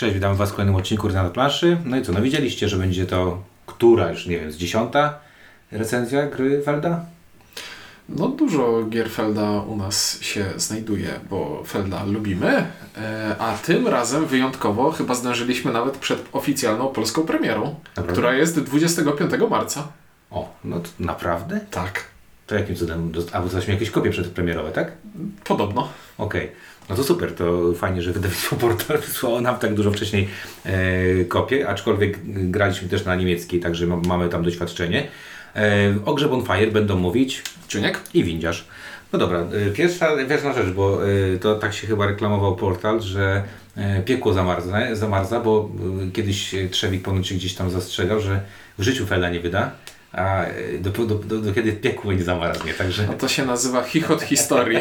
Cześć, witamy Was w kolejnym odcinku Gry na planszy. No i co, no widzieliście, że będzie to już nie wiem, z 10. recenzja gry Felda? No dużo gier Felda u nas się znajduje, bo Felda lubimy, a tym razem wyjątkowo chyba zdążyliśmy nawet przed oficjalną polską premierą, naprawdę? Która jest 25 marca. O, no to naprawdę? Tak. To jakim cudem? A dostaliśmy jakieś kopie przedpremierowe, tak? Podobno. Okej. No to super, to fajnie, że wydawnictwo Portal wysłało nam tak dużo wcześniej kopie, aczkolwiek graliśmy też na niemieckiej, także mamy tam doświadczenie. O grze Bonfire będą mówić Czuniek i Windziarz. No dobra, pierwsza rzecz, bo to tak się chyba reklamował Portal, że piekło zamarza, bo kiedyś Trzewik ponoć się gdzieś tam zastrzegał, że w życiu Felda nie wyda, a do kiedy piekło nie zamarznie. Także... No to się nazywa chichot historii.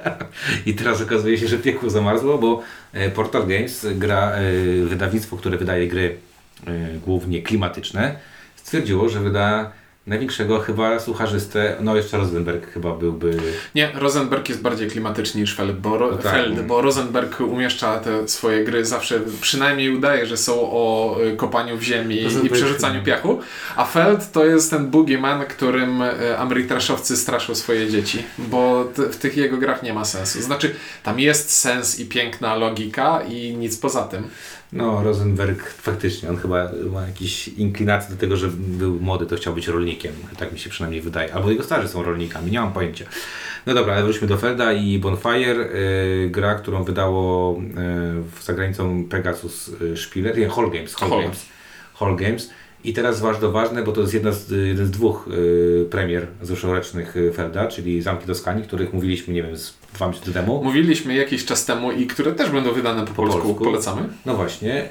I teraz okazuje się, że piekło zamarzło, bo Portal Games, wydawnictwo, które wydaje gry głównie klimatyczne, stwierdziło, że wyda największego chyba słucharzystę, no jeszcze Rosenberg chyba byłby... Nie, Rosenberg jest bardziej klimatyczny niż Feld, bo Rosenberg umieszcza te swoje gry zawsze, przynajmniej udaje, że są o kopaniu w ziemi i przerzucaniu piachu, a Feld to jest ten boogeyman, którym Ameritraszowcy straszą swoje dzieci, bo w tych jego grach nie ma sensu. Znaczy, tam jest sens i piękna logika i nic poza tym. No, Rosenberg faktycznie, on chyba ma jakieś inklinacje do tego, że był młody, to chciał być rolnikiem. Tak mi się przynajmniej wydaje. Albo jego starzy są rolnikami, nie mam pojęcia. No dobra, ale wróćmy do Felda i Bonfire. Gra, którą wydało za granicą Pegasus Spieler, nie, Hall Games. I teraz ważne, bo to jest jeden z dwóch premier zeszłorocznych Felda, czyli Zamki Toskanii, których mówiliśmy, nie wiem, z 2 miesiące temu. Mówiliśmy jakiś czas temu i które też będą wydane po polsku. Polecamy. No właśnie.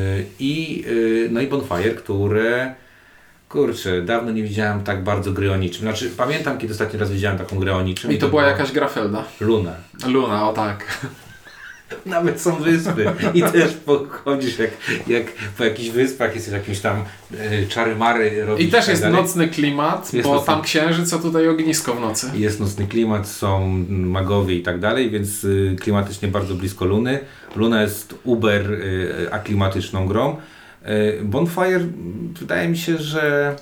No i Bonfire, które... Kurczę, dawno nie widziałem tak bardzo gry o niczym. Znaczy, pamiętam, kiedy ostatni raz widziałem taką grę o niczym. I to była jakaś gra Felda. Luna, o tak. Nawet są wyspy i też chodzisz jak po jakichś wyspach, jesteś jakimś tam czary-mary robisz. I też jest nocny klimat, bo tam księżyc, a tutaj ognisko w nocy. Jest nocny klimat, są magowie i tak dalej, więc klimatycznie bardzo blisko Luny. Luna jest uber aklimatyczną grą. Bonfire wydaje mi się, że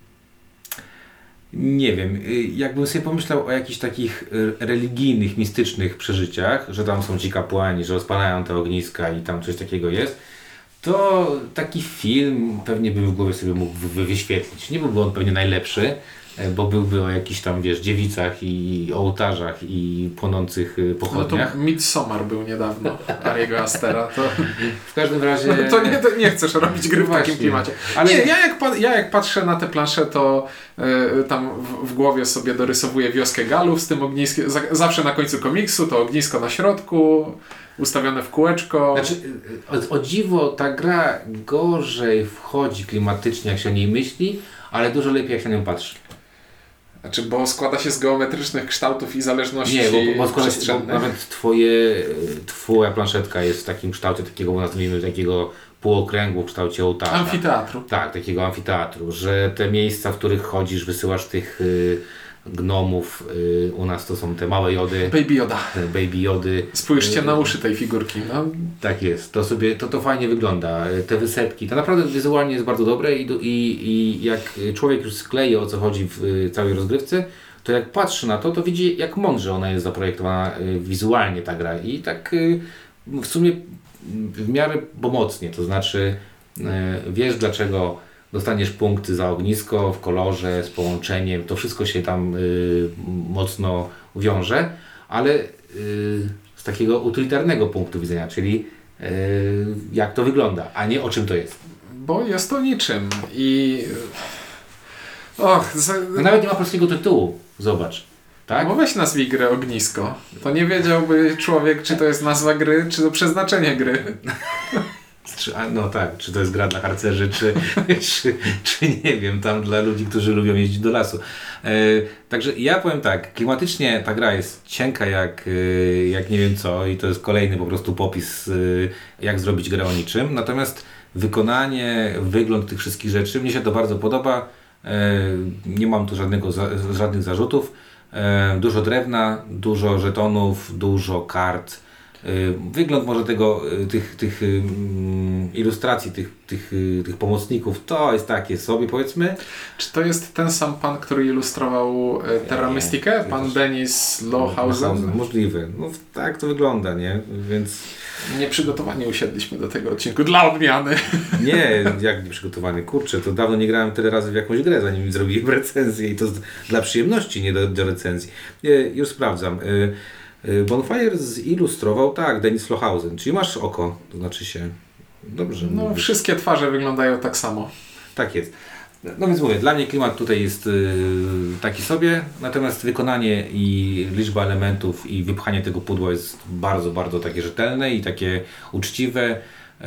nie wiem, jakbym sobie pomyślał o jakichś takich religijnych, mistycznych przeżyciach, że tam są ci kapłani, że rozpalają te ogniska i tam coś takiego jest, to taki film pewnie bym w głowie sobie mógł wyświetlić. Nie byłby on pewnie najlepszy, bo byłby o jakichś tam, wiesz, dziewicach i ołtarzach i płonących pochodniach. No to Midsommar był niedawno, Ariego Astera. To... W każdym razie... No to nie chcesz robić gry w takim klimacie. Ale nie, ja jak patrzę na te plansze, to tam w głowie sobie dorysowuję wioskę Galów z tym ogniskiem. Zawsze na końcu komiksu to ognisko na środku, ustawione w kółeczko. Znaczy, o dziwo ta gra gorzej wchodzi klimatycznie, jak się o niej myśli, ale dużo lepiej, jak się na nią patrzy. Znaczy, bo składa się z geometrycznych kształtów i zależności bo składa się, bo nawet twoja planszetka jest w takim kształcie takiego, nazwijmy, takiego półokręgu w kształcie ołtarza. Amfiteatru. Tak, takiego amfiteatru, że te miejsca, w których chodzisz, wysyłasz tych gnomów, u nas to są te małe jody. Baby Jody. Spójrzcie na uszy tej figurki. No. Tak jest, to fajnie wygląda. Te wysepki, to naprawdę wizualnie jest bardzo dobre i jak człowiek już skleje, o co chodzi w całej rozgrywce, to jak patrzy na to widzi, jak mądrze ona jest zaprojektowana wizualnie ta gra i tak w sumie w miarę pomocnie, to znaczy wiesz, dlaczego dostaniesz punkty za ognisko w kolorze, z połączeniem, to wszystko się tam mocno wiąże, ale z takiego utylitarnego punktu widzenia, czyli jak to wygląda, a nie o czym to jest. Bo jest to niczym i... Nawet nie ma polskiego tytułu, zobacz. Tak? No weź nazwij grę Ognisko. To nie wiedziałby człowiek, czy to jest nazwa gry, czy to przeznaczenie gry. No tak, czy to jest gra dla harcerzy, czy nie wiem, tam dla ludzi, którzy lubią jeździć do lasu. Także ja powiem tak, klimatycznie ta gra jest cienka jak nie wiem co i to jest kolejny po prostu popis, jak zrobić grę o niczym. Natomiast wykonanie, wygląd tych wszystkich rzeczy, mnie się to bardzo podoba. Nie mam tu żadnych zarzutów. Dużo drewna, dużo żetonów, dużo kart. Wygląd może tych ilustracji, tych pomocników, to jest takie sobie, powiedzmy. Czy to jest ten sam pan, który ilustrował Terra Mystikę? Pan Denis Lohausen? Możliwe. No tak to wygląda, nie? Więc... Nieprzygotowani usiedliśmy do tego odcinku, dla odmiany. Nie, jak nieprzygotowany. Kurczę, to dawno nie grałem tyle razy w jakąś grę, zanim zrobiłem recenzję i to dla przyjemności, nie do recenzji. Już sprawdzam. Bonfire zilustrował, tak, Denis Lohausen. Czyli masz oko, to znaczy się... Dobrze No, mówisz. wszystkie twarze wyglądają tak samo. Tak jest. No więc mówię, dla mnie klimat tutaj jest taki sobie, natomiast wykonanie i liczba elementów i wypchanie tego pudła jest bardzo, bardzo takie rzetelne i takie uczciwe.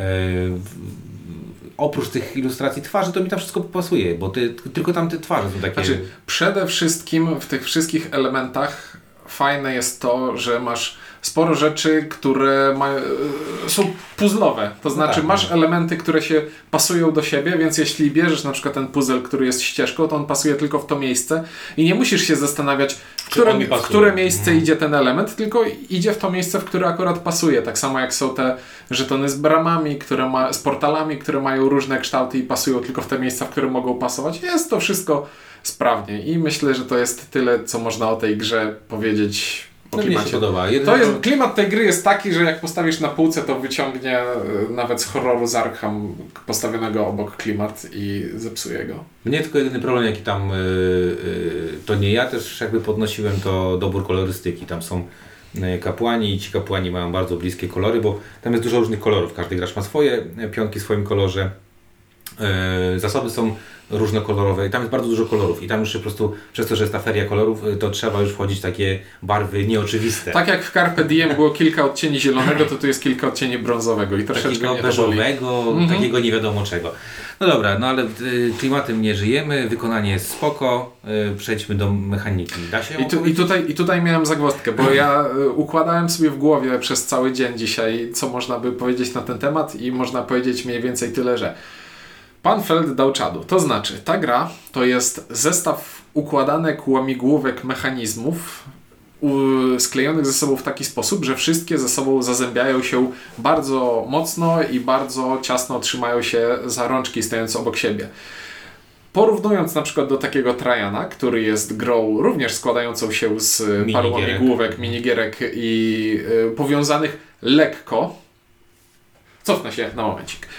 Oprócz tych ilustracji twarzy to mi tam wszystko pasuje, bo tylko tam te twarze są takie... Znaczy, przede wszystkim w tych wszystkich elementach fajne jest to, że masz sporo rzeczy, które są puzzlowe. To znaczy tak, masz elementy, które się pasują do siebie, więc jeśli bierzesz na przykład ten puzzle, który jest ścieżką, to on pasuje tylko w to miejsce i nie musisz się zastanawiać, w które miejsce idzie ten element, tylko idzie w to miejsce, w które akurat pasuje. Tak samo jak są te żetony z bramami, z portalami, które mają różne kształty i pasują tylko w te miejsca, w które mogą pasować. Jest to wszystko sprawnie i myślę, że to jest tyle, co można o tej grze powiedzieć. Mnie się podoba. Klimat tej gry jest taki, że jak postawisz na półce, to wyciągnie nawet z horroru z Arkham postawionego obok klimat i zepsuje go. Mnie tylko jedyny problem, jaki tam to nie ja też jakby podnosiłem, to dobór kolorystyki. Tam są kapłani i ci kapłani mają bardzo bliskie kolory, bo tam jest dużo różnych kolorów. Każdy gracz ma swoje pionki w swoim kolorze. Zasoby są różnokolorowe i tam jest bardzo dużo kolorów i tam już po prostu przez to, że jest ta feria kolorów, to trzeba już wchodzić w takie barwy nieoczywiste. Tak jak w Carpe Diem było kilka odcieni zielonego, to tu jest kilka odcieni brązowego i troszeczkę takiego beżowego, takiego nie wiadomo czego. No dobra, no ale klimatem nie żyjemy, wykonanie jest spoko, przejdźmy do mechaniki. Da się I tutaj miałem zagwozdkę, bo ja układałem sobie w głowie przez cały dzień dzisiaj, co można by powiedzieć na ten temat i można powiedzieć mniej więcej tyle, że pan Feld dał czadu. To znaczy, ta gra to jest zestaw układanek, łamigłówek, mechanizmów sklejonych ze sobą w taki sposób, że wszystkie ze sobą zazębiają się bardzo mocno i bardzo ciasno trzymają się za rączki, stojąc obok siebie. Porównując na przykład do takiego Trajana, który jest grą również składającą się z paru łamigłówek, minigierek i powiązanych lekko. Cofnę się na momencik.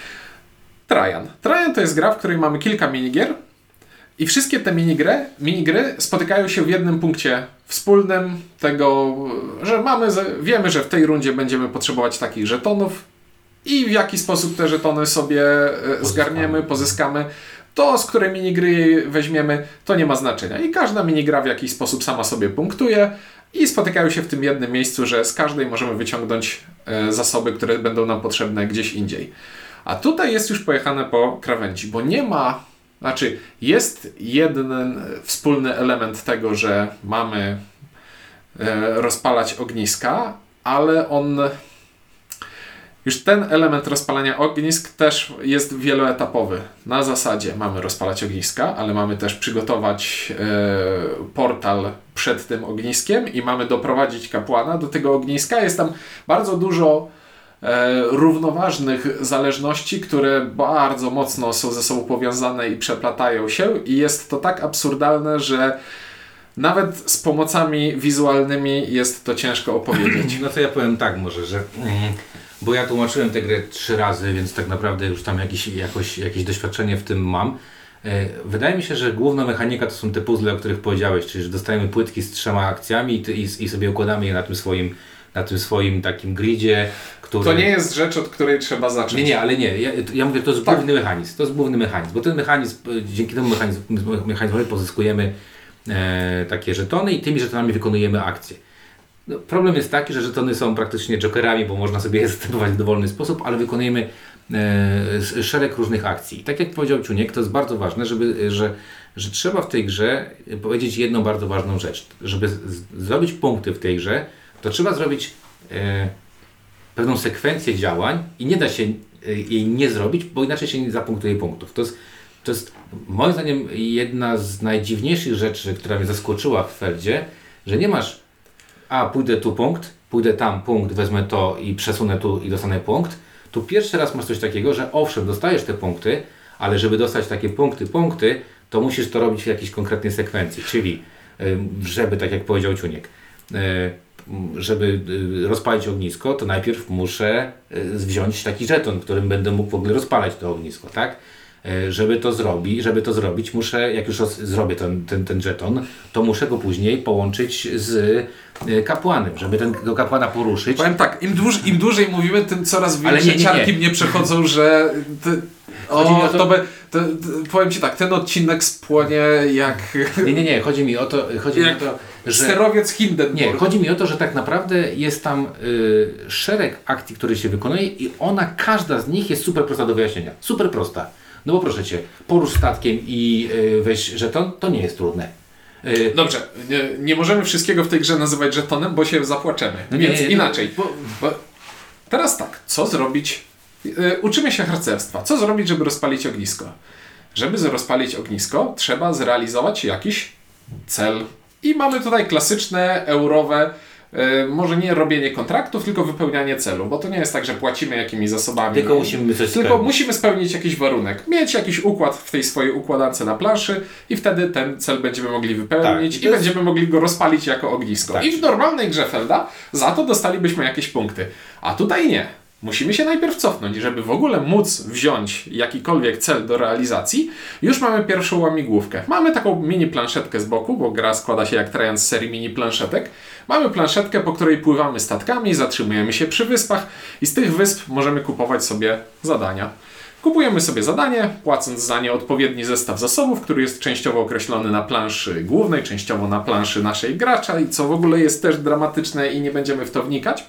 Trajan to jest gra, w której mamy kilka minigier i wszystkie te minigry spotykają się w jednym punkcie wspólnym tego, że wiemy, że w tej rundzie będziemy potrzebować takich żetonów i w jaki sposób te żetony sobie zgarniemy, pozyskamy. To, z której minigry weźmiemy, to nie ma znaczenia. I każda minigra w jakiś sposób sama sobie punktuje i spotykają się w tym jednym miejscu, że z każdej możemy wyciągnąć zasoby, które będą nam potrzebne gdzieś indziej. A tutaj jest już pojechane po krawędzi, bo jest jeden wspólny element tego, że mamy rozpalać ogniska, ale już ten element rozpalania ognisk też jest wieloetapowy. Na zasadzie mamy rozpalać ogniska, ale mamy też przygotować portal przed tym ogniskiem i mamy doprowadzić kapłana do tego ogniska. Jest tam bardzo dużo równoważnych zależności, które bardzo mocno są ze sobą powiązane i przeplatają się i jest to tak absurdalne, że nawet z pomocami wizualnymi jest to ciężko opowiedzieć. No to ja powiem tak może, że bo ja tłumaczyłem tę grę 3 razy, więc tak naprawdę już tam jakieś doświadczenie w tym mam. Wydaje mi się, że główna mechanika to są te puzzle, o których powiedziałeś, czyli że dostajemy płytki z 3 akcjami i sobie układamy je na tym swoim takim gridzie, który... To nie jest rzecz, od której trzeba zacząć. Nie, ale nie. Ja mówię, to jest główny mechanizm. To jest główny mechanizm, bo ten mechanizm, dzięki temu mechanizmowi pozyskujemy takie żetony i tymi żetonami wykonujemy akcje. No, problem jest taki, że żetony są praktycznie jokerami, bo można sobie je zastępować w dowolny sposób, ale wykonujemy szereg różnych akcji. I tak jak powiedział Ciuniek, to jest bardzo ważne, że trzeba w tej grze powiedzieć jedną bardzo ważną rzecz. Żeby zrobić punkty w tej grze, to trzeba zrobić pewną sekwencję działań i nie da się jej nie zrobić, bo inaczej się nie zapunktuje punktów. To jest moim zdaniem jedna z najdziwniejszych rzeczy, która mnie zaskoczyła w Feldzie, że nie masz pójdę tu punkt pójdę tam, punkt, wezmę to i przesunę tu i dostanę punkt, tu pierwszy raz masz coś takiego, że owszem, dostajesz te punkty, ale żeby dostać takie punkty, to musisz to robić w jakiejś konkretnej sekwencji, czyli żeby, tak jak powiedział Ciuniek, żeby rozpalić ognisko, to najpierw muszę wziąć taki żeton, którym będę mógł w ogóle rozpalać to ognisko, tak? Żeby to zrobić, muszę, jak już zrobię ten żeton, to muszę go później połączyć z kapłanem, żeby tego kapłana poruszyć. Powiem tak, im dłużej mówimy, tym coraz większe ciarki mnie przechodzą, że... powiem Ci tak, ten odcinek spłonie jak... Nie, chodzi mi o to, że... sterowiec Hindenburg. Nie, chodzi mi o to, że tak naprawdę jest tam szereg akcji, które się wykonuje i każda z nich jest super prosta do wyjaśnienia. Super prosta. No bo proszę Cię, porusz statkiem i weź żeton, to nie jest trudne. Dobrze, nie możemy wszystkiego w tej grze nazywać żetonem, bo się zapłaczemy. Więc inaczej. Bo teraz tak, co zrobić? Uczymy się harcerstwa. Co zrobić, żeby rozpalić ognisko? Żeby rozpalić ognisko, trzeba zrealizować jakiś cel. I mamy tutaj klasyczne, eurowe, może nie robienie kontraktów, tylko wypełnianie celu, bo to nie jest tak, że płacimy jakimiś zasobami. Tylko musimy spełnić jakiś warunek. Mieć jakiś układ w tej swojej układance na planszy i wtedy ten cel będziemy mogli wypełnić i będziemy mogli go rozpalić jako ognisko. Tak. I w normalnej grze Felda za to dostalibyśmy jakieś punkty. A tutaj nie. Musimy się najpierw cofnąć, żeby w ogóle móc wziąć jakikolwiek cel do realizacji. Już mamy pierwszą łamigłówkę. Mamy taką mini planszetkę z boku, bo gra składa się jak Trajan z serii mini planszetek. Mamy planszetkę, po której pływamy statkami, zatrzymujemy się przy wyspach i z tych wysp możemy kupować sobie zadania. Kupujemy sobie zadanie, płacąc za nie odpowiedni zestaw zasobów, który jest częściowo określony na planszy głównej, częściowo na planszy naszej gracza i co w ogóle jest też dramatyczne i nie będziemy w to wnikać.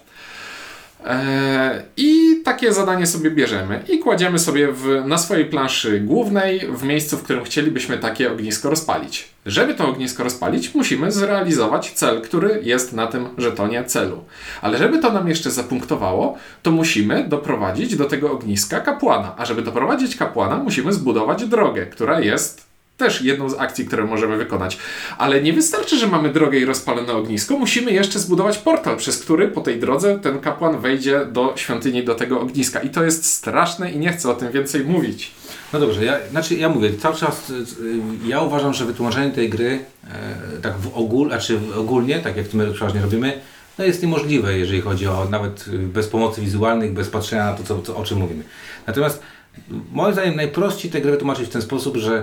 I takie zadanie sobie bierzemy i kładziemy sobie na swojej planszy głównej w miejscu, w którym chcielibyśmy takie ognisko rozpalić. Żeby to ognisko rozpalić, musimy zrealizować cel, który jest na tym żetonie celu. Ale żeby to nam jeszcze zapunktowało, to musimy doprowadzić do tego ogniska kapłana. A żeby doprowadzić kapłana, musimy zbudować drogę, która jest też jedną z akcji, które możemy wykonać. Ale nie wystarczy, że mamy drogę i rozpalone ognisko, musimy jeszcze zbudować portal, przez który po tej drodze ten kapłan wejdzie do świątyni, do tego ogniska. I to jest straszne i nie chcę o tym więcej mówić. No dobrze, ja mówię, cały czas ja uważam, że wytłumaczenie tej gry tak ogólnie, tak jak my przeważnie robimy, no jest niemożliwe, jeżeli chodzi o nawet bez pomocy wizualnych, bez patrzenia na to, o czym mówimy. Natomiast moim zdaniem najprościej tę grę wytłumaczyć w ten sposób, że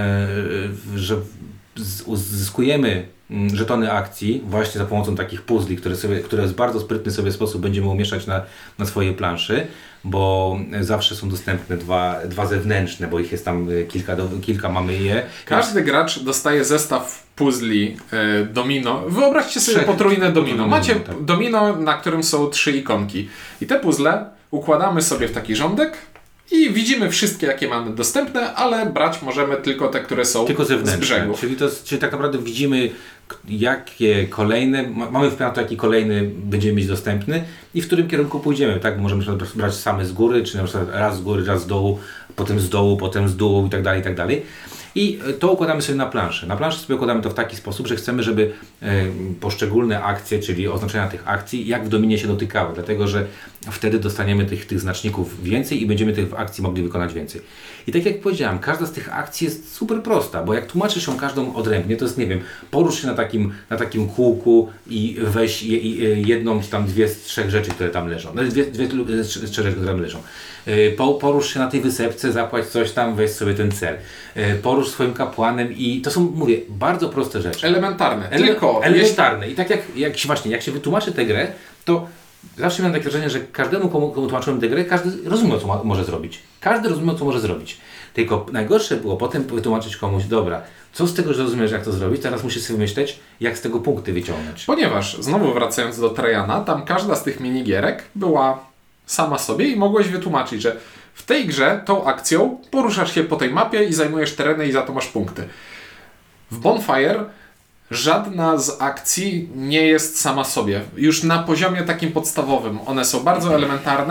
uzyskujemy żetony akcji właśnie za pomocą takich puzli, które w bardzo sprytny sobie sposób będziemy umieszczać na swojej planszy, bo zawsze są dostępne dwa zewnętrzne, bo ich jest tam kilka mamy je. Każdy gracz dostaje zestaw puzli domino. Wyobraźcie sobie potrójne domino. Macie domino, na którym są 3 ikonki. I te puzzle układamy sobie w taki rządek i widzimy wszystkie, jakie mamy dostępne, ale brać możemy tylko te, które są z brzegu. Czyli tak naprawdę widzimy, jakie kolejne, mamy wpływ na to, jaki kolejny będziemy mieć dostępny i w którym kierunku pójdziemy. Tak? Możemy brać same z góry, czy na przykład raz z góry, raz z dołu, potem z dół i tak dalej, i tak dalej. I to układamy sobie na planszy. Na planszy sobie układamy to w taki sposób, że chcemy, żeby poszczególne akcje, czyli oznaczenia tych akcji, jak w dominie się dotykały, dlatego że wtedy dostaniemy tych znaczników więcej i będziemy tych akcji mogli wykonać więcej. I tak jak powiedziałem, każda z tych akcji jest super prosta, bo jak tłumaczysz ją każdą odrębnie, to jest, nie wiem, porusz się na takim kółku i weź jedną czy tam 2 z 3 rzeczy, które tam leżą. No, 2 z 3 rzeczy, które tam leżą. Porusz się na tej wysepce, zapłać coś tam, weź sobie ten cel. Porusz swoim kapłanem i to są, mówię, bardzo proste rzeczy. Elementarne. Elementarne. I tak jak się wytłumaczy tę grę, to zawsze miałem takie wrażenie, że każdemu, komu tłumaczyłem tę grę, każdy rozumiał, co może zrobić. Każdy rozumiał, co może zrobić. Tylko najgorsze było potem wytłumaczyć komuś, dobra, co z tego, że rozumiesz, jak to zrobić, teraz musisz sobie myśleć, jak z tego punkty wyciągnąć. Ponieważ, znowu wracając do Trajana, tam każda z tych minigierek była sama sobie i mogłeś wytłumaczyć, że w tej grze tą akcją poruszasz się po tej mapie i zajmujesz tereny i za to masz punkty. W Bonfire żadna z akcji nie jest sama sobie. Już na poziomie takim podstawowym. One są bardzo elementarne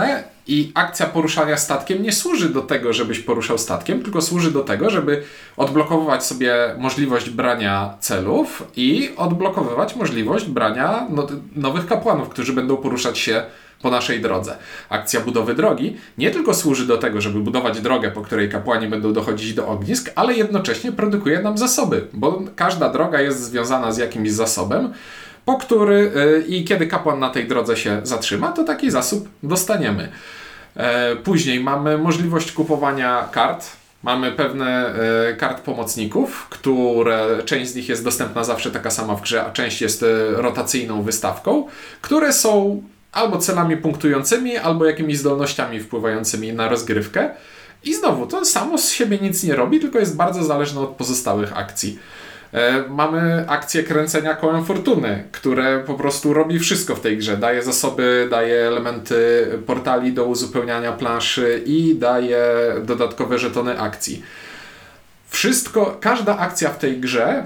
I akcja poruszania statkiem nie służy do tego, żebyś poruszał statkiem, tylko służy do tego, żeby odblokowywać sobie możliwość brania celów i odblokowywać możliwość brania nowych kapłanów, którzy będą poruszać się po naszej drodze. Akcja budowy drogi nie tylko służy do tego, żeby budować drogę, po której kapłani będą dochodzić do ognisk, ale jednocześnie produkuje nam zasoby, bo każda droga jest związana z jakimś zasobem, i kiedy kapłan na tej drodze się zatrzyma, to taki zasób dostaniemy. Później mamy możliwość kupowania kart. Mamy pewne kart pomocników, część z nich jest dostępna zawsze taka sama w grze, a część jest rotacyjną wystawką, które są albo celami punktującymi, albo jakimiś zdolnościami wpływającymi na rozgrywkę. I znowu, to samo z siebie nic nie robi, tylko jest bardzo zależne od pozostałych akcji. Mamy akcję kręcenia kołem fortuny, które po prostu robi wszystko w tej grze. Daje zasoby, daje elementy portali do uzupełniania planszy i daje dodatkowe żetony akcji. Każda akcja w tej grze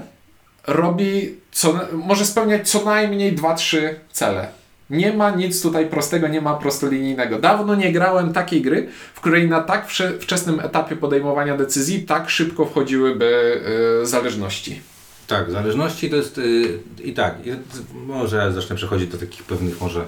może spełniać co najmniej 2-3 cele. Nie ma nic tutaj prostego, nie ma prostolinijnego. Dawno nie grałem takiej gry, w której na tak wczesnym etapie podejmowania decyzji tak szybko wchodziłyby zależności. Tak, zależności to jest może zacznę przechodzić do takich pewnych może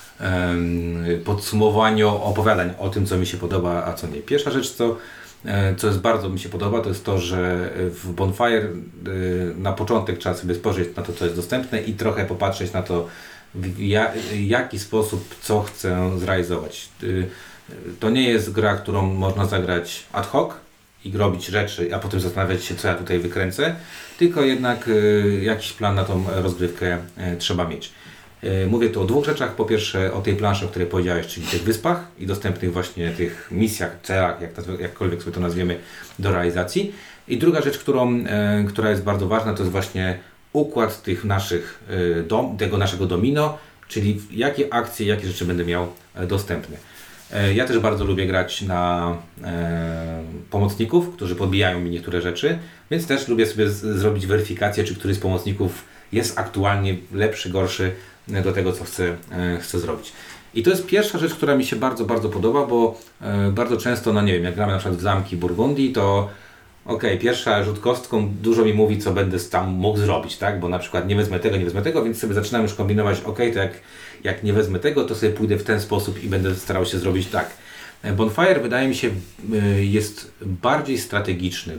podsumowaniu opowiadań o tym, co mi się podoba, a co nie. Pierwsza rzecz, co jest bardzo mi się podoba, to jest to, że w Bonfire na początek trzeba sobie spojrzeć na to, co jest dostępne i trochę popatrzeć na to, w jaki sposób, co chcę zrealizować. To nie jest gra, którą można zagrać ad hoc i robić rzeczy, a potem zastanawiać się, co ja tutaj wykręcę, tylko jednak jakiś plan na tą rozgrywkę trzeba mieć. Mówię tu o dwóch rzeczach. Po pierwsze o tej planszy, o której powiedziałeś, czyli tych wyspach i dostępnych właśnie tych misjach, celach, jakkolwiek sobie to nazwiemy, do realizacji. I druga rzecz, która jest bardzo ważna, to jest właśnie układ tych tego naszego domino, czyli jakie akcje, jakie rzeczy będę miał dostępne. Ja też bardzo lubię grać na pomocników, którzy podbijają mi niektóre rzeczy, więc też lubię sobie zrobić weryfikację, czy któryś z pomocników jest aktualnie lepszy, gorszy do tego, co chcę zrobić. I to jest pierwsza rzecz, która mi się bardzo, bardzo podoba, bo bardzo często, no nie wiem, jak gramy na przykład w zamki Burgundii, to pierwsza rzut kostką dużo mi mówi, co będę tam mógł zrobić, tak? Bo na przykład nie wezmę tego, więc sobie zaczynam już kombinować, to jak nie wezmę tego, to sobie pójdę w ten sposób i będę starał się zrobić tak. Bonfire wydaje mi się jest bardziej strategiczny,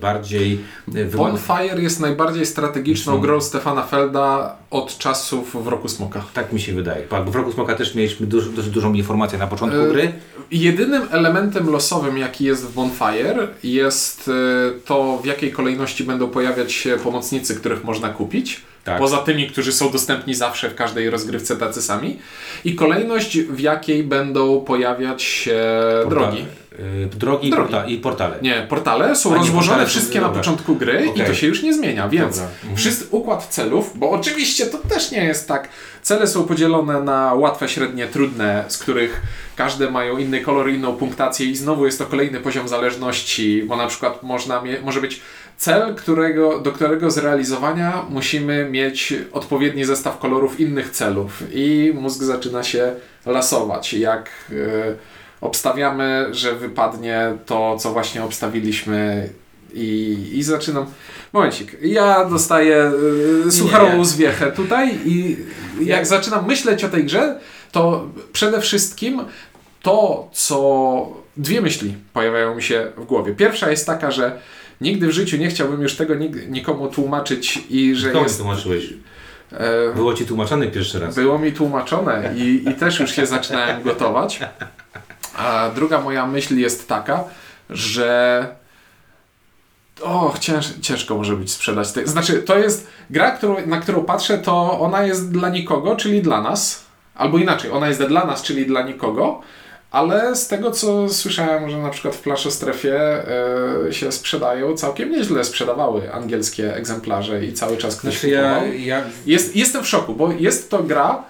Bonfire jest najbardziej strategiczną grą Stefana Felda od czasów w Roku Smoka. Tak mi się wydaje. Bo w Roku Smoka też mieliśmy dość dużą informację na początku gry. Jedynym elementem losowym, jaki jest w Bonfire, jest to, w jakiej kolejności będą pojawiać się pomocnicy, których można kupić. Tak. Poza tymi, którzy są dostępni zawsze w każdej rozgrywce tacy sami. I kolejność, w jakiej będą pojawiać się drogi. Drogi. I portale. Nie, portale są rozłożone wszystkie na początku gry i to się już nie zmienia, więc układ celów, bo oczywiście to też nie jest tak. Cele są podzielone na łatwe, średnie, trudne, z których każde mają inny kolor, inną punktację i znowu jest to kolejny poziom zależności, bo na przykład może być cel, do którego zrealizowania musimy mieć odpowiedni zestaw kolorów innych celów i mózg zaczyna się lasować. Jak obstawiamy, że wypadnie to, co właśnie obstawiliśmy i zaczynam... Momencik, ja dostaję sucharową zwiechę tutaj i jak zaczynam myśleć o tej grze, to przede wszystkim dwie myśli pojawiają mi się w głowie. Pierwsza jest taka, że nigdy w życiu nie chciałbym już tego nikomu tłumaczyć i że Komu tłumaczyłeś? Było Ci tłumaczone pierwszy raz? Było mi tłumaczone i też już się zaczynałem gotować. A druga moja myśl jest taka, że ciężko może być sprzedać. Znaczy, to jest gra, na którą patrzę, to ona jest dla nikogo, czyli dla nas. Albo inaczej, ona jest dla nas, czyli dla nikogo. Ale z tego, co słyszałem, że na przykład w Planszostrefie się sprzedają, całkiem nieźle sprzedawały angielskie egzemplarze i cały czas ktoś kupował. Jestem w szoku, bo jest to gra,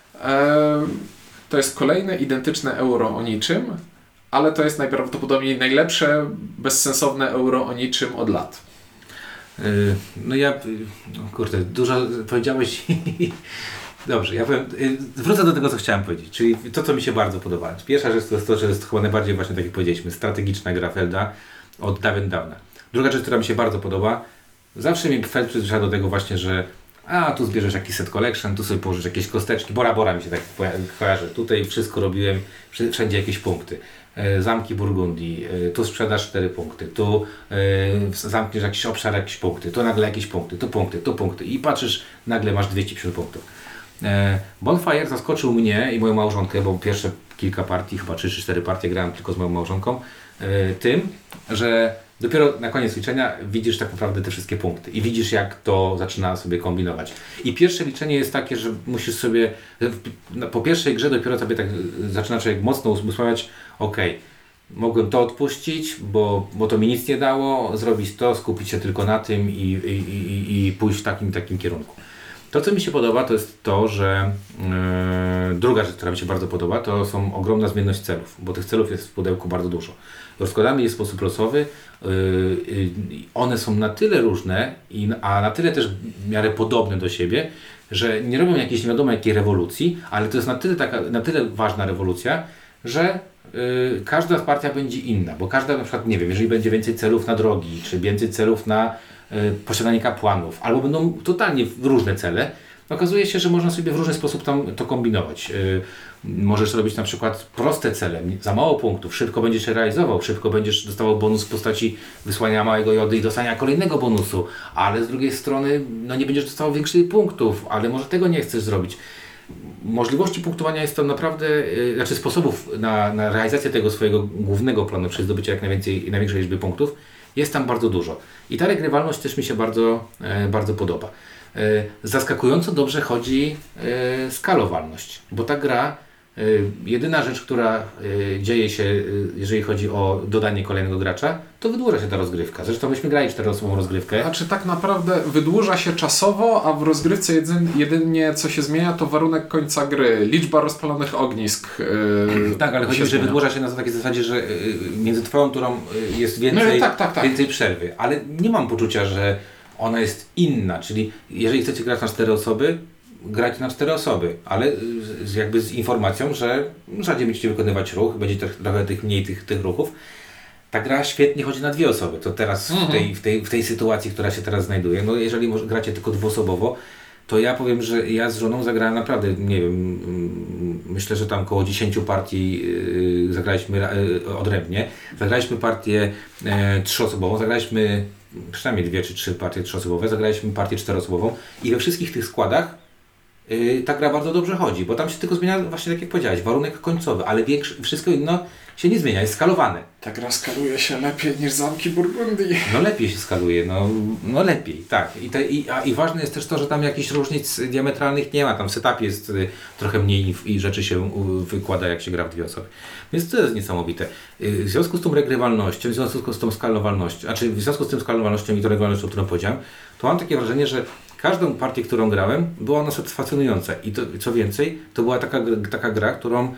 to jest kolejne identyczne euro o niczym, ale to jest najprawdopodobniej najlepsze, bezsensowne euro o niczym od lat. Dużo powiedziałeś Dobrze, ja powiem, wrócę do tego, co chciałem powiedzieć, czyli to, co mi się bardzo podoba. Pierwsza rzecz to jest to, że jest chyba najbardziej właśnie, tak jak powiedzieliśmy, strategiczna gra Felda od dawna. Druga rzecz, która mi się bardzo podoba, zawsze mnie Feld przyzwyczaił do tego właśnie, że tu zbierzesz jakiś set collection, tu sobie położysz jakieś kosteczki, Bora mi się tak kojarzy, tutaj wszystko robiłem, wszędzie jakieś punkty. Zamki Burgundii, tu sprzedasz 4 punkty, tu zamkniesz jakiś obszar, jakieś punkty, tu nagle jakieś punkty, tu punkty i patrzysz, nagle masz 250 punktów. Bonfire zaskoczył mnie i moją małżonkę, bo pierwsze kilka partii, chyba 3 czy 4 partie grałem tylko z moją małżonką, tym, że dopiero na koniec liczenia widzisz tak naprawdę te wszystkie punkty i widzisz, jak to zaczyna sobie kombinować. I pierwsze liczenie jest takie, że musisz sobie, po pierwszej grze dopiero sobie tak zaczyna człowiek mocno usmawiać, mogłem to odpuścić, bo to mi nic nie dało, zrobić to, skupić się tylko na tym i pójść w takim kierunku. To, co mi się podoba, to jest to, że druga rzecz, która mi się bardzo podoba, to są ogromna zmienność celów, bo tych celów jest w pudełku bardzo dużo. Rozkładamy je w sposób losowy, one są na tyle różne, a na tyle też w miarę podobne do siebie, że nie robią jakiejś nie wiadomo jakiej rewolucji, ale to jest na tyle ważna rewolucja, że każda partia będzie inna, bo każda na przykład, nie wiem, jeżeli będzie więcej celów na drogi, czy więcej celów na posiadanie kapłanów, albo będą totalnie różne cele, okazuje się, że można sobie w różny sposób tam to kombinować. Możesz robić na przykład proste cele, za mało punktów, szybko będziesz je realizował, szybko będziesz dostawał bonus w postaci wysłania małego jody i dostania kolejnego bonusu, ale z drugiej strony nie będziesz dostawał większych punktów, ale może tego nie chcesz zrobić. Możliwości punktowania jest tam naprawdę, sposobów na realizację tego swojego głównego planu, czyli zdobycie jak największej liczby punktów, jest tam bardzo dużo. I ta regrywalność też mi się bardzo, bardzo podoba. Zaskakująco dobrze chodzi skalowalność, bo ta gra, jedyna rzecz, która dzieje się, jeżeli chodzi o dodanie kolejnego gracza, to wydłuża się ta rozgrywka. Zresztą myśmy grali 4-osobową rozgrywkę. Znaczy tak naprawdę wydłuża się czasowo, a w rozgrywce jedynie co się zmienia, to warunek końca gry, liczba rozpalonych ognisk. Tak, ale chodzi, że wydłuża się na takiej zasadzie, że między twoją turą jest więcej, więcej przerwy, ale nie mam poczucia, że ona jest inna, czyli jeżeli chcecie grać na 4 osoby, grajcie na 4 osoby, ale jakby z informacją, że rzadziej będziecie wykonywać ruch, będzie trochę mniej tych ruchów. Ta gra świetnie chodzi na 2 osoby, to teraz w tej sytuacji, która się teraz znajduje, jeżeli gracie tylko dwuosobowo, to ja powiem, że ja z żoną zagrałem naprawdę, nie wiem, myślę, że tam około 10 partii zagraliśmy odrębnie. Zagraliśmy partię 3-osobową, zagraliśmy przynajmniej 2 czy 3 partie 3-osobowe, zagraliśmy partię 4-osobową i we wszystkich tych składach ta gra bardzo dobrze chodzi, bo tam się tylko zmienia, właśnie tak jak powiedziałeś, warunek końcowy, ale wszystko inno się nie zmienia, jest skalowane. Ta gra skaluje się lepiej niż zamki Burgundii. Lepiej się skaluje, lepiej, tak. I ważne jest też to, że tam jakichś różnic diametralnych nie ma, tam setup jest trochę mniej i rzeczy się wykłada, jak się gra w 2 osoby. Więc to jest niesamowite. W związku z tą regrywalnością, w związku z tą skalowalnością, w związku z tym skalowalnością i tą regrywalnością, o którą powiedziałem, to mam takie wrażenie, że każdą partię, którą grałem, była ona satysfakcjonująca i to, co więcej, to była taka gra, którą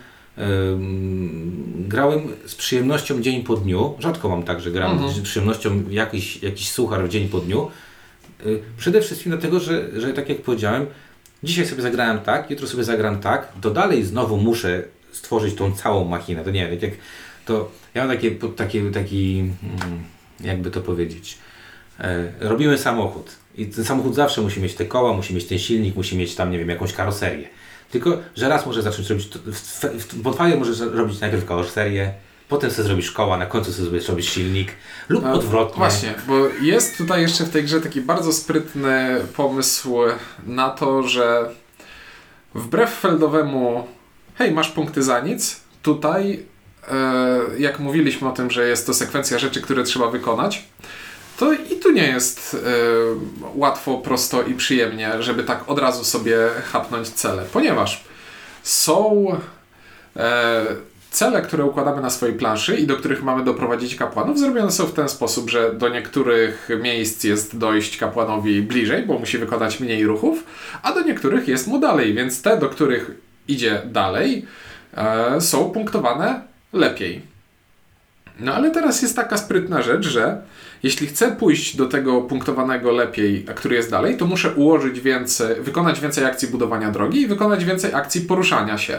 grałem z przyjemnością dzień po dniu. Rzadko mam tak, że gram z przyjemnością jakiś suchar w dzień po dniu. Przede wszystkim dlatego, że tak jak powiedziałem, dzisiaj sobie zagrałem tak, jutro sobie zagram tak, to dalej znowu muszę stworzyć tą całą machinę. To nie wiem, ja mam taki jakby to powiedzieć, robimy samochód i ten samochód zawsze musi mieć te koła, musi mieć ten silnik, musi mieć tam, nie wiem, jakąś karoserię. Tylko, że raz może zacząć robić, w Bonfire możesz robić najpierw karoserię, potem sobie zrobisz koła, na końcu sobie zrobisz silnik lub odwrotnie. Właśnie, bo jest tutaj jeszcze w tej grze taki bardzo sprytny pomysł na to, że wbrew Feldowemu masz punkty za nic, tutaj jak mówiliśmy o tym, że jest to sekwencja rzeczy, które trzeba wykonać, to i tu nie jest łatwo, prosto i przyjemnie, żeby tak od razu sobie chapnąć cele, ponieważ są cele, które układamy na swojej planszy i do których mamy doprowadzić kapłanów, zrobione są w ten sposób, że do niektórych miejsc jest dojść kapłanowi bliżej, bo musi wykonać mniej ruchów, a do niektórych jest mu dalej, więc te, do których idzie dalej, są punktowane lepiej. No ale teraz jest taka sprytna rzecz, że jeśli chcę pójść do tego punktowanego lepiej, a który jest dalej, to muszę wykonać więcej akcji budowania drogi i wykonać więcej akcji poruszania się.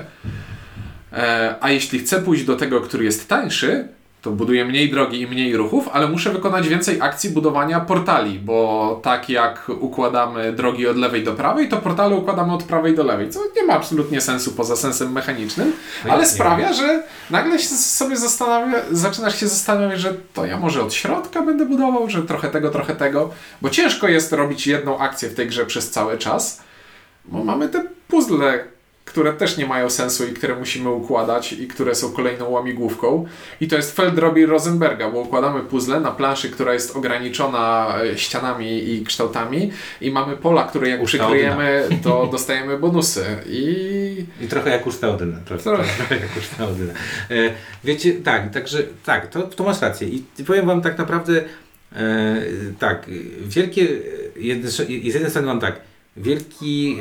A jeśli chcę pójść do tego, który jest tańszy, to buduję mniej drogi i mniej ruchów, ale muszę wykonać więcej akcji budowania portali, bo tak jak układamy drogi od lewej do prawej, to portale układamy od prawej do lewej, co nie ma absolutnie sensu poza sensem mechanicznym, ale sprawia, że nagle sobie zaczynasz się zastanawiać, że to ja może od środka będę budował, że trochę tego, bo ciężko jest robić jedną akcję w tej grze przez cały czas, bo mamy te puzzle, które też nie mają sensu i które musimy układać i które są kolejną łamigłówką. I to jest Feld robi Rosenberga, bo układamy puzzle na planszy, która jest ograniczona ścianami i kształtami i mamy pola, które jak przykryjemy, to dostajemy bonusy. I trochę jak u Staudyna. Trochę jak u Staudyna. Wiecie, tak, to masz rację. I powiem wam tak naprawdę, tak, wielkie, z jednej strony mam tak, wielki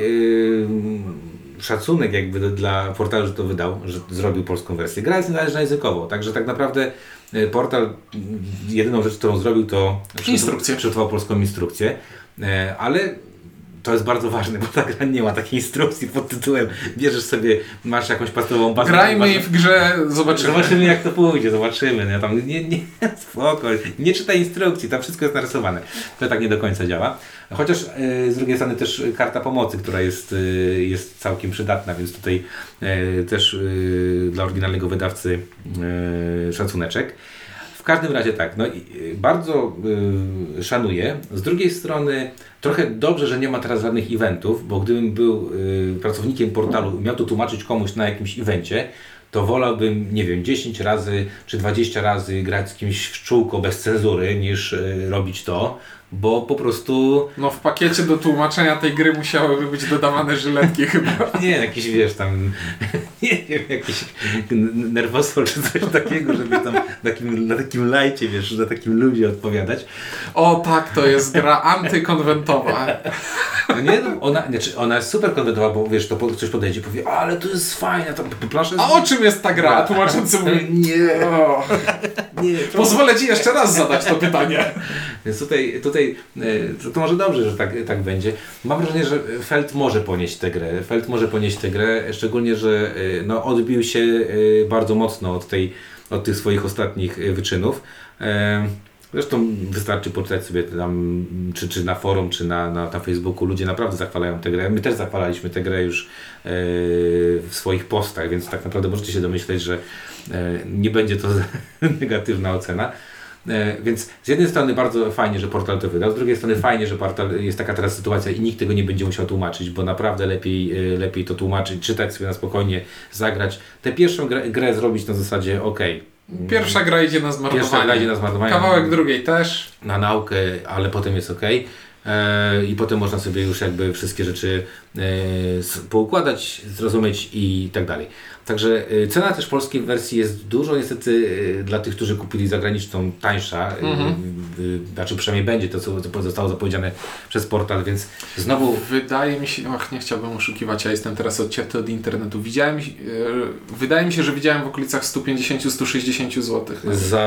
szacunek jakby dla portalu, że to wydał, że zrobił polską wersję. Gra jest językowo, także tak naprawdę portal jedyną rzecz, którą zrobił, to przygotował polską instrukcję, ale to jest bardzo ważne, bo ta gra nie ma takiej instrukcji pod tytułem bierzesz sobie, masz jakąś pastelową bazę. Grajmy w grze, zobaczymy. Zobaczymy jak to pójdzie, zobaczymy. No, tam spoko, nie czytaj instrukcji, tam wszystko jest narysowane. To tak nie do końca działa. Chociaż z drugiej strony też karta pomocy, która jest całkiem przydatna, więc tutaj też dla oryginalnego wydawcy szacuneczek. W każdym razie tak, no bardzo szanuję. Z drugiej strony trochę dobrze, że nie ma teraz żadnych eventów, bo gdybym był pracownikiem portalu i miał to tłumaczyć komuś na jakimś evencie, to wolałbym, nie wiem, 10 razy czy 20 razy grać z kimś w czółko bez cenzury, niż robić to, bo po prostu... No w pakiecie do tłumaczenia tej gry musiałyby być dodawane żyletki chyba. Nie, jakiś wiesz tam, nie wiem, jakiś nerwosol czy coś takiego, żeby tam na takim lajcie, wiesz, na takim ludzie odpowiadać. O tak, to jest gra antykonwentowa. No nie, no, ona jest super konwentowa, bo wiesz, to ktoś podejdzie i powie, ale to jest fajne, to plansza jest... A o czym jest ta gra? Tłumaczący mówi, nie. Nie, pozwolę Ci jeszcze raz zadać to pytanie. Więc tutaj to może dobrze, że tak będzie. Mam wrażenie, że Feld może ponieść tę grę. Szczególnie, że no, odbił się bardzo mocno od tych swoich ostatnich wyczynów. Zresztą wystarczy poczytać sobie tam, czy na forum, czy na Facebooku. Ludzie naprawdę zachwalają tę grę. My też zachwalaliśmy tę grę już w swoich postach, więc tak naprawdę możecie się domyśleć, że nie będzie to negatywna ocena. Więc z jednej strony bardzo fajnie, że portal to wydał, z drugiej strony fajnie, że portal jest taka teraz sytuacja i nikt tego nie będzie musiał tłumaczyć, bo naprawdę lepiej to tłumaczyć, czytać sobie na spokojnie, zagrać. Tę pierwszą grę zrobić na zasadzie Pierwsza gra idzie na zmarnowanie. Kawałek drugiej też. Na naukę, ale potem jest i potem można sobie już jakby wszystkie rzeczy poukładać, zrozumieć i tak dalej. Także cena też polskiej wersji jest dużo niestety dla tych, którzy kupili zagraniczną, tańsza. Znaczy przynajmniej będzie to, co zostało zapowiedziane przez portal, więc znowu... Wydaje mi się, nie chciałbym oszukiwać, ja jestem teraz odcięty od internetu. Wydaje mi się, że widziałem w okolicach 150-160 zł.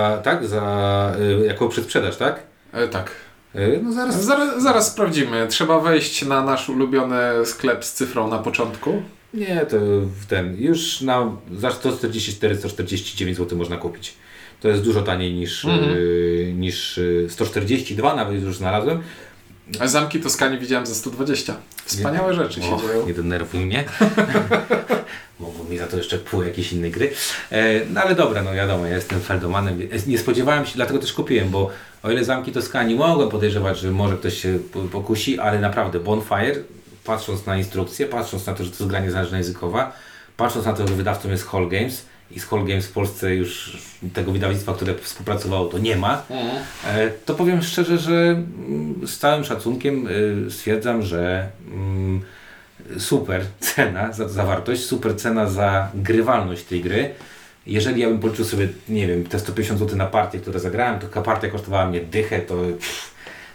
Jako przedsprzedaż, tak? Tak. No zaraz sprawdzimy. Trzeba wejść na nasz ulubiony sklep z cyfrą na początku. Nie, to już za 144-149 zł można kupić. To jest dużo taniej niż 142, nawet już znalazłem. A Zamki Toskanii widziałem za 120. Wspaniałe rzeczy się dzieją. Nie denerwuj mnie. Mogą mi za to jeszcze pół jakiejś innej gry. No ale dobra, no wiadomo, ja jestem feldomanem. Nie spodziewałem się, dlatego też kupiłem, bo o ile Zamki Toskanii mogłem podejrzewać, że może ktoś się pokusi, ale naprawdę Bonfire, patrząc na instrukcję, patrząc na to, że to jest gra niezależna językowa, patrząc na to, że wydawcą jest Hall Games i z Hall Games w Polsce już tego wydawnictwa, które współpracowało, to nie ma, to powiem szczerze, że z całym szacunkiem stwierdzam, że super cena za wartość, super cena za grywalność tej gry. Jeżeli ja bym policzył sobie, nie wiem, te 150 zł na partię, które zagrałem, to partia kosztowała mnie dychę, to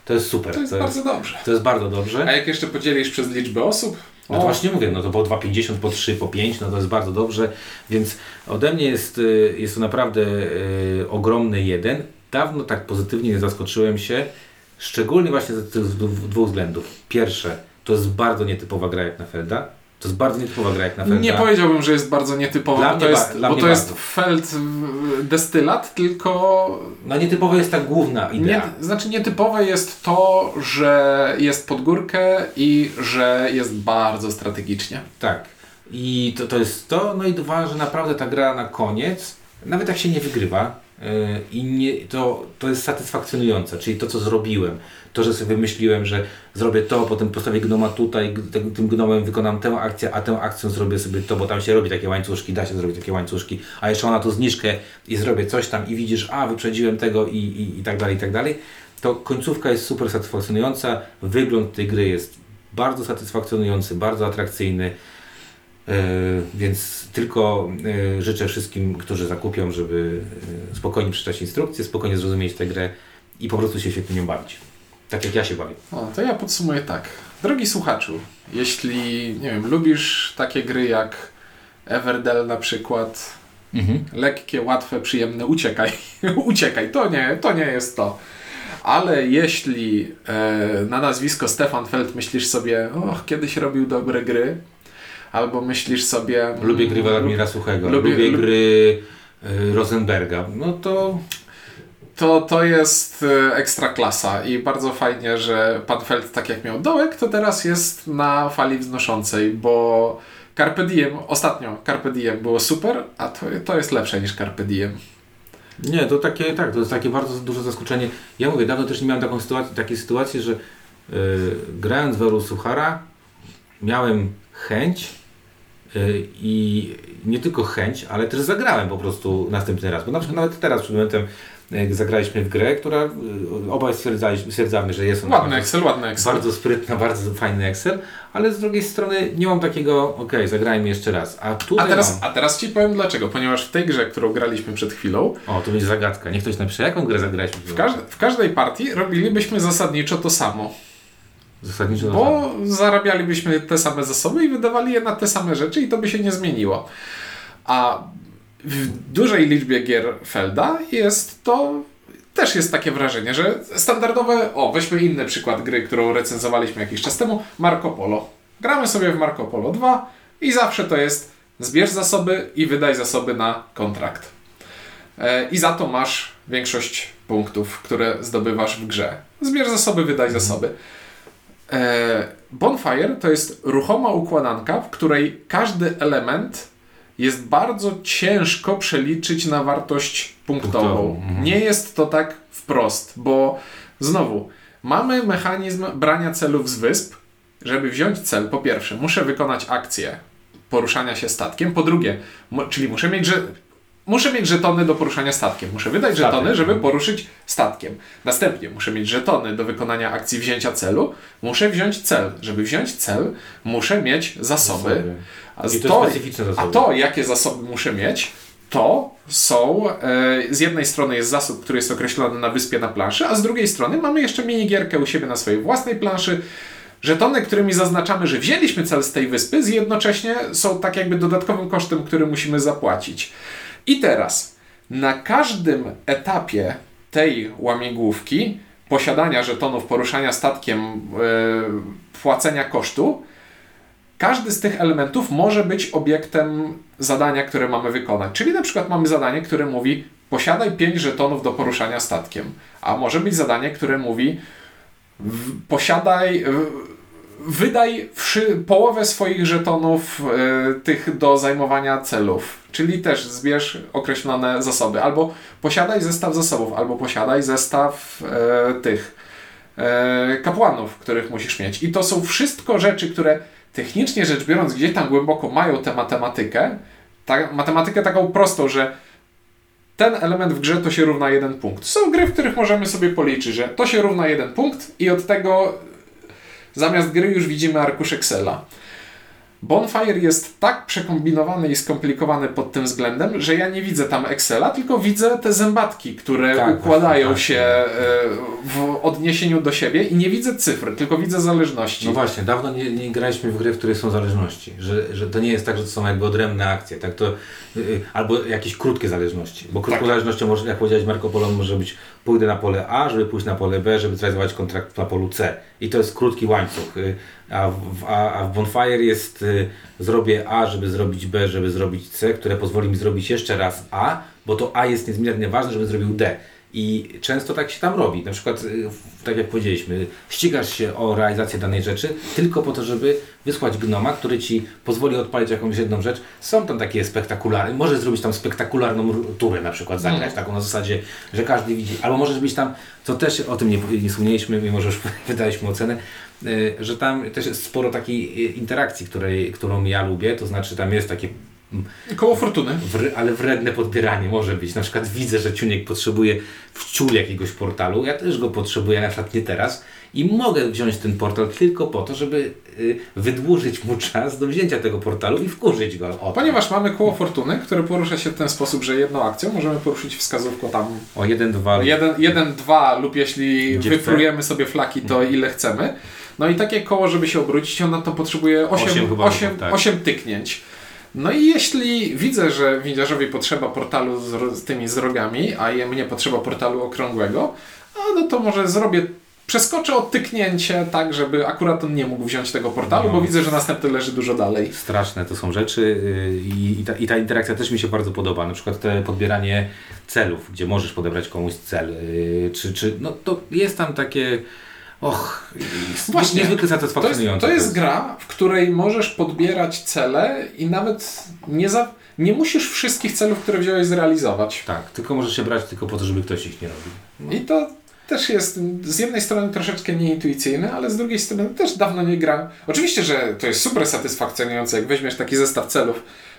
to jest super. To jest bardzo dobrze. To jest bardzo dobrze. A jak jeszcze podzielisz przez liczbę osób? No to właśnie mówię, no to po 2,50, po 3, po 5, no to jest bardzo dobrze, więc ode mnie jest to naprawdę ogromny 1. Dawno tak pozytywnie nie zaskoczyłem się, szczególnie właśnie z tych dwóch względów. Pierwsze, to jest bardzo nietypowa gra jak na Felda. To jest bardzo nietypowa gra jak na Felda. Nie powiedziałbym, że jest bardzo nietypowa, bo to jest Feld destylat, tylko... No nietypowa jest ta główna idea. Nietypowe jest to, że jest pod górkę i że jest bardzo strategicznie. Tak. I to jest to. No i dwa, że naprawdę ta gra na koniec, nawet jak się nie wygrywa, to jest satysfakcjonujące, czyli to, co zrobiłem. To, że sobie wymyśliłem, że zrobię to, potem postawię gnoma tutaj, tym gnomem wykonam tę akcję, a tę akcją zrobię sobie to, bo tam się robi takie łańcuszki, da się zrobić takie łańcuszki, a jeszcze ona tu zniżkę i zrobię coś tam i widzisz, wyprzedziłem tego i tak dalej, i tak dalej. To końcówka jest super satysfakcjonująca, wygląd tej gry jest bardzo satysfakcjonujący, bardzo atrakcyjny. Więc tylko życzę wszystkim, którzy zakupią, żeby spokojnie przeczytać instrukcję, spokojnie zrozumieć tę grę i po prostu się świetnie nią bawić. Tak jak ja się bawię. To ja podsumuję tak. Drogi słuchaczu, jeśli lubisz takie gry jak Everdell na przykład, lekkie, łatwe, przyjemne, uciekaj. Uciekaj, to nie jest to. Ale jeśli na nazwisko Stefan Feld myślisz sobie, kiedyś robił dobre gry, albo myślisz sobie... Lubię gry Władimira Suchego, lubię gry Rosenberga. No to jest ekstra klasa i bardzo fajnie, że pan Feld, tak jak miał dołek, to teraz jest na fali wznoszącej, bo ostatnio Carpe Diem było super, a to jest lepsze niż Carpe Diem. Nie, to jest takie bardzo duże zaskoczenie. Ja mówię, dawno też nie miałem takiej sytuacji, że grając w Euro Suchara miałem chęć i nie tylko chęć, ale też zagrałem po prostu następny raz. Bo na przykład nawet teraz przed momentem zagraliśmy w grę, która obaj stwierdzamy, że jest ona ładny Excel. Bardzo sprytna, bardzo fajny Excel, ale z drugiej strony nie mam takiego, zagrajmy jeszcze raz. A teraz Ci powiem dlaczego, ponieważ w tej grze, którą graliśmy przed chwilą... to będzie zagadka. Niech ktoś napisze, jaką grę zagraliśmy. W każdej partii robilibyśmy zasadniczo to samo. Bo zarabialibyśmy te same zasoby i wydawali je na te same rzeczy i to by się nie zmieniło. A w dużej liczbie gier Felda też jest takie wrażenie, że standardowe, weźmy inny przykład gry, którą recenzowaliśmy jakiś czas temu, Marco Polo. Gramy sobie w Marco Polo 2 i zawsze to jest zbierz zasoby i wydaj zasoby na kontrakt. I za to masz większość punktów, które zdobywasz w grze. Zbierz zasoby, wydaj zasoby. Bonfire to jest ruchoma układanka, w której każdy element jest bardzo ciężko przeliczyć na wartość punktową. Nie jest to tak wprost, bo znowu mamy mechanizm brania celów z wysp. Żeby wziąć cel, po pierwsze muszę wykonać akcję poruszania się statkiem, po drugie, czyli muszę mieć żetony do poruszania statkiem. Muszę wydać żetony, żeby poruszyć statkiem. Następnie muszę mieć żetony do wykonania akcji wzięcia celu. Muszę wziąć cel. Żeby wziąć cel, muszę mieć zasoby. A to, jakie zasoby muszę mieć, to są... z jednej strony jest zasób, który jest określony na wyspie na planszy, a z drugiej strony mamy jeszcze minigierkę u siebie na swojej własnej planszy. Żetony, którymi zaznaczamy, że wzięliśmy cel z tej wyspy, jednocześnie są tak jakby dodatkowym kosztem, który musimy zapłacić. I teraz, na każdym etapie tej łamigłówki, posiadania żetonów, poruszania statkiem, płacenia kosztu, każdy z tych elementów może być obiektem zadania, które mamy wykonać. Czyli na przykład mamy zadanie, które mówi posiadaj 5 żetonów do poruszania statkiem. A może być zadanie, które mówi wydaj połowę swoich żetonów tych do zajmowania celów, czyli też zbierz określone zasoby, albo posiadaj zestaw zasobów, albo posiadaj zestaw kapłanów, których musisz mieć. I to są wszystko rzeczy, które technicznie rzecz biorąc gdzieś tam głęboko mają tę matematykę taką prostą, że ten element w grze to się równa 1 punkt. Są gry, w których możemy sobie policzyć, że to się równa 1 punkt i od tego zamiast gry już widzimy arkusz Excela. Bonfire jest tak przekombinowany i skomplikowany pod tym względem, że ja nie widzę tam Excela, tylko widzę te zębatki, które układają się w odniesieniu do siebie i nie widzę cyfr, tylko widzę zależności. No właśnie, dawno nie graliśmy w gry, w której są zależności, że to nie jest tak, że to są jakby odrębne akcje, tak to, albo jakieś krótkie zależności, bo krótką zależnością, może, jak powiedziałeś Marco Polo, może być pójdę na pole A, żeby pójść na pole B, żeby zrealizować kontrakt na polu C i to jest krótki łańcuch, a w Bonfire jest zrobię A, żeby zrobić B, żeby zrobić C, które pozwoli mi zrobić jeszcze raz A, bo to A jest niezmiernie ważne, żeby zrobił D. I często tak się tam robi. Na przykład, tak jak powiedzieliśmy, ścigasz się o realizację danej rzeczy tylko po to, żeby wysłać gnoma, który ci pozwoli odpalić jakąś jedną rzecz. Są tam takie spektakularne, możesz zrobić tam spektakularną turę na przykład, zagrać taką na zasadzie, że każdy widzi, albo możesz być tam, co też o tym nie wspomnieliśmy, mimo że już wydaliśmy ocenę, że tam też jest sporo takiej interakcji, którą ja lubię, to znaczy tam jest takie koło fortuny. Ale wredne podbieranie może być. Na przykład widzę, że Ciuniek potrzebuje wciół jakiegoś portalu. Ja też go potrzebuję, na przykład nie teraz. I mogę wziąć ten portal tylko po to, żeby wydłużyć mu czas do wzięcia tego portalu i wkurzyć go. Ponieważ mamy koło fortuny, które porusza się w ten sposób, że jedną akcją możemy poruszyć wskazówką tam o 1-2. 1-2 lub jeśli wyprujemy sobie flaki, to ile chcemy. No i takie koło, żeby się obrócić, ono to potrzebuje 8 tyknięć. No i jeśli widzę, że windiarzowi potrzeba portalu z tymi zrogami, a mnie potrzeba portalu okrągłego, no to może przeskoczę odtyknięcie tak, żeby akurat on nie mógł wziąć tego portalu, bo widzę, że następny leży dużo dalej. Straszne to są rzeczy i ta interakcja też mi się bardzo podoba. Na przykład te podbieranie celów, gdzie możesz podebrać komuś cel, no to jest tam takie... Właśnie, niezwykle satysfakcjonujące. To jest gra, w której możesz podbierać cele i nawet nie musisz wszystkich celów, które wziąłeś, zrealizować. Tak, tylko możesz się brać tylko po to, żeby ktoś ich nie robił. No. I to też jest z jednej strony troszeczkę nieintuicyjne, ale z drugiej strony też dawno nie gram. Oczywiście, że to jest super satysfakcjonujące, jak weźmiesz taki zestaw celów,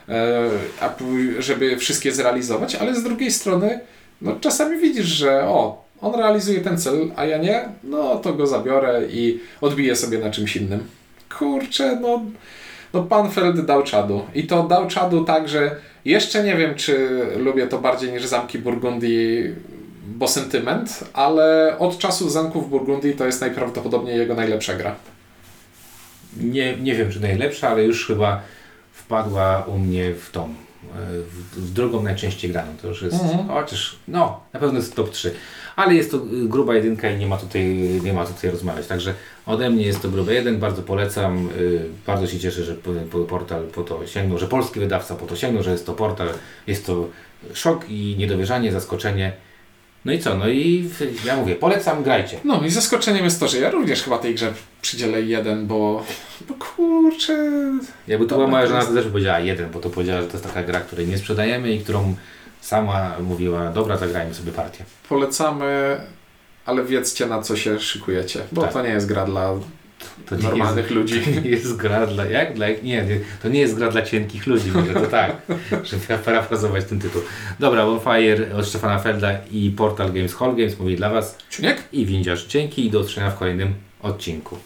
żeby wszystkie zrealizować, ale z drugiej strony czasami widzisz, że on realizuje ten cel, a ja nie, no to go zabiorę i odbiję sobie na czymś innym. Kurczę, pan Feld dał czadu. I to dał czadu tak, że jeszcze nie wiem, czy lubię to bardziej niż Zamki Burgundii, bo sentyment, ale od czasu Zamków Burgundii to jest najprawdopodobniej jego najlepsza gra. Nie wiem, czy najlepsza, ale już chyba wpadła u mnie w tą w drugą najczęściej graną. To już jest, chociaż na pewno jest top 3. Ale jest to gruba jedynka i nie ma tutaj rozmawiać. Także ode mnie jest to gruba 1, bardzo polecam. Bardzo się cieszę, że portal po to sięgnął, że polski wydawca po to sięgnął, że jest to portal. Jest to szok i niedowierzanie, zaskoczenie. No i co? No i ja mówię, polecam, grajcie. No i zaskoczeniem jest to, że ja również chyba tej grze przydzielę 1, bo kurczę... Jakby to była moja żona, to też powiedziała 1, bo to powiedziała, że to jest taka gra, której nie sprzedajemy i którą sama mówiła, dobra, zagrajmy sobie partię. Polecamy, ale wiedzcie, na co się szykujecie, bo to nie jest gra dla normalnych ludzi. To nie jest gra dla... to nie jest gra dla cienkich ludzi, może to tak, żeby parafrazować ten tytuł. Dobra, Bonfire od Stefana Felda i Portal Games Hall Games mówi dla Was Ciuniek i Windiarz. Dzięki i do usłyszenia w kolejnym odcinku.